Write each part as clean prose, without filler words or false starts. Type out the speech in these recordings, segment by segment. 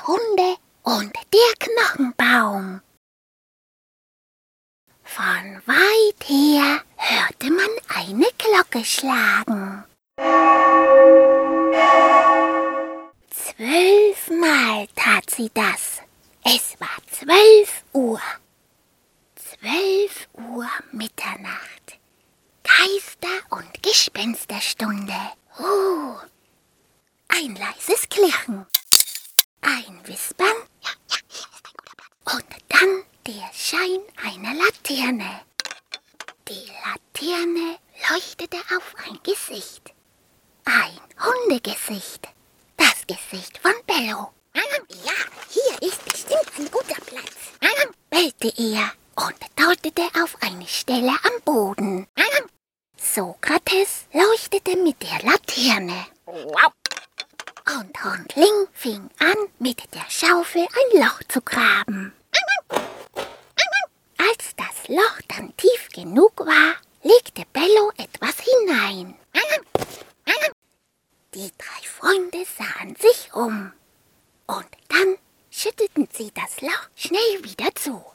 Hunde und der Knochenbaum. Von weit her hörte man eine Glocke schlagen. 12-mal tat sie das. Es war 12 Uhr. 12 Uhr Mitternacht. Geister- und Gespensterstunde. Ein leises Klirren. Ein Wispern. Ja, hier ist ein guter Platz. Und dann der Schein einer Laterne. Die Laterne leuchtete auf ein Gesicht. Ein Hundegesicht. Das Gesicht von Bello. Ja, hier ist bestimmt ein guter Platz, bellte er und deutete auf eine Stelle am Boden. Sokrates leuchtete mit der Laterne. Und Hundling fing an, mit der Schaufel ein Loch zu graben. Als das Loch dann tief genug war, legte Bello etwas hinein. Die 3 Freunde sahen sich um. Und dann schütteten sie das Loch schnell wieder zu.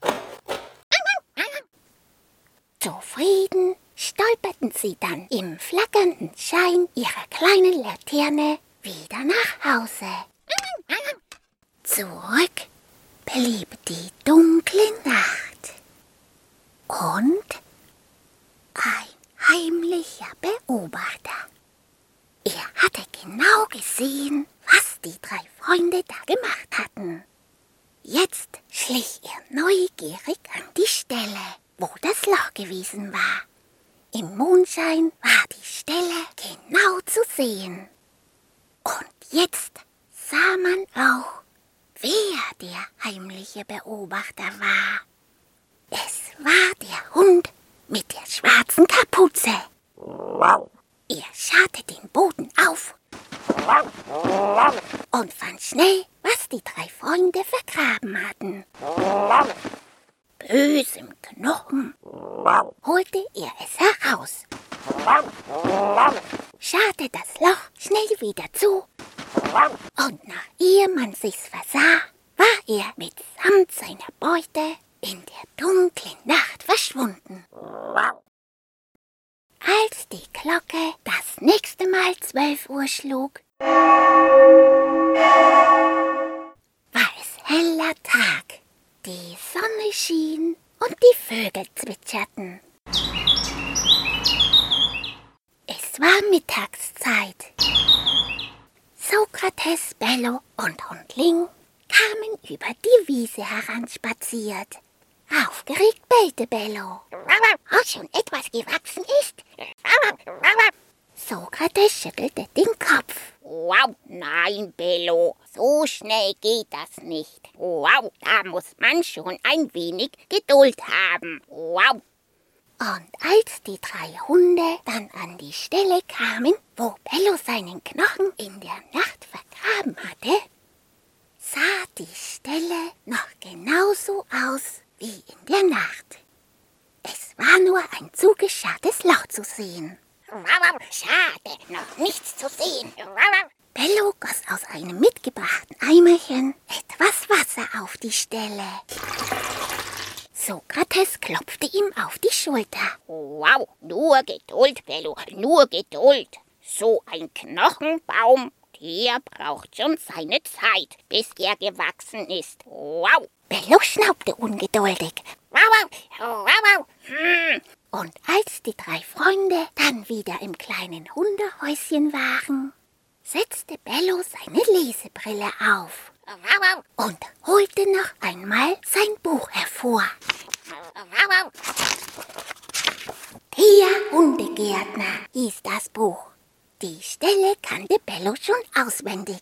Zufrieden stolperten sie dann im flackernden Schein ihrer kleinen Laterne wieder nach Hause. Zurück blieb die dunkle Nacht und ein heimlicher Beobachter. Er hatte genau gesehen, was die 3 Freunde da gemacht hatten. Jetzt schlich er neugierig an die Stelle, wo das Loch gewesen war. Im Mondschein war die Stelle genau zu sehen. Und jetzt sah man auch, wer der heimliche Beobachter war. Es war der Hund mit der schwarzen Kapuze. Er scharte den Boden auf und fand schnell, was die 3 Freunde vergraben hatten. Bösem Knochen holte er es heraus, scharte das Loch schnell wieder zu und ehe man sich's versah, war er mitsamt seiner Beute in der dunklen Nacht verschwunden. Als die Glocke das nächste Mal 12 Uhr schlug, war es heller Tag. Die Sonne schien und die Vögel zwitscherten. Es war Mittagszeit. Sokrates, Bello und Hundling kamen über die Wiese heranspaziert. Aufgeregt bellte Bello. Auch schon etwas gewachsen ist? Sokrates schüttelte den Kopf. Wow, nein, Bello, so schnell geht das nicht. Wow, da muss man schon ein wenig Geduld haben. Wow. Und als die 3 Hunde dann an die Stelle kamen, wo Bello seinen Knochen in der Nacht vergraben hatte, sah die Stelle noch genauso aus wie in der Nacht. Es war nur ein zugescharrtes Loch zu sehen. Schade, noch nichts zu sehen. Bello goss aus einem mitgebrachten Eimerchen etwas Wasser auf die Stelle. Sokrates klopfte ihm auf die Schulter. Wow, nur Geduld, Bello, nur Geduld. So ein Knochenbaum, der braucht schon seine Zeit, bis er gewachsen ist. Wow. Bello schnaubte ungeduldig. Wow. Und als die 3 Freunde dann wieder im kleinen Hundehäuschen waren, setzte Bello seine Lesebrille auf und holte noch einmal sein Buch hervor. Der Hundegärtner hieß das Buch. Die Stelle kannte Bello schon auswendig.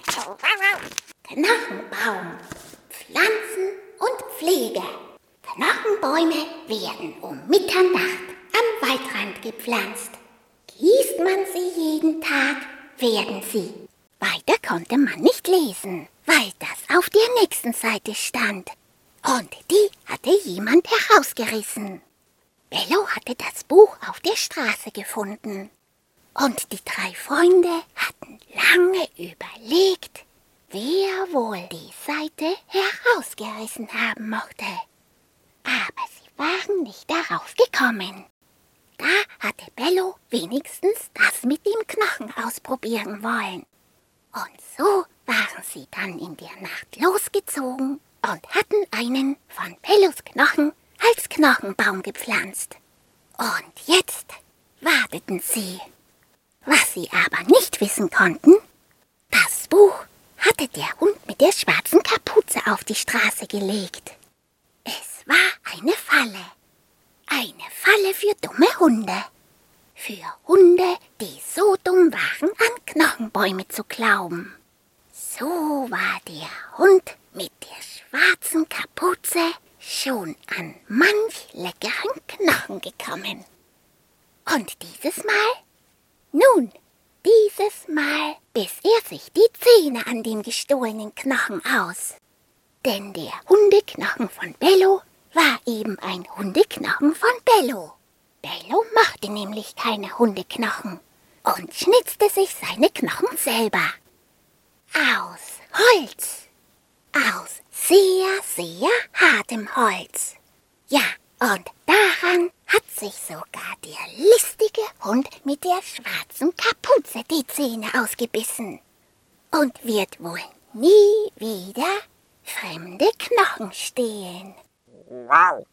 Knochenbaum, Pflanzen und Pflege. Knochenbäume werden um Mitternacht am Waldrand gepflanzt. Gießt man sie jeden Tag, werden sie. Weiter konnte man nicht lesen, weil das auf der nächsten Seite stand. Und die hatte jemand herausgerissen. Bello hatte das Buch auf der Straße gefunden. Und die 3 Freunde hatten lange überlegt, wer wohl die Seite herausgerissen haben mochte. Aber sie waren nicht daraus gekommen. Da hatte Bello wenigstens das mit dem Knochen ausprobieren wollen. Und so waren sie dann in der Nacht losgezogen und hatten einen von Bellos Knochen als Knochenbaum gepflanzt. Und jetzt warteten sie. Was sie aber nicht wissen konnten, das Buch hatte der Hund mit der schwarzen Kapuze auf die Straße gelegt. Es war eine Falle. Eine Falle für dumme Hunde. Für Hunde, die so dumm waren, an Knochenbäume zu glauben. So war der Hund mit der schwarzen Kapuze schon an manch leckeren Knochen gekommen. Und dieses Mal? Nun, dieses Mal biss er sich die Zähne an dem gestohlenen Knochen aus. Denn der Hundeknochen von Bello war eben ein Hundeknochen von Bello. Bello mochte nämlich keine Hundeknochen und schnitzte sich seine Knochen selber. Aus Holz. Aus sehr, sehr hartem Holz. Ja, und daran hat sich sogar der listige Hund mit der schwarzen Kapuze die Zähne ausgebissen und wird wohl nie wieder fremde Knochen stehlen. Wow.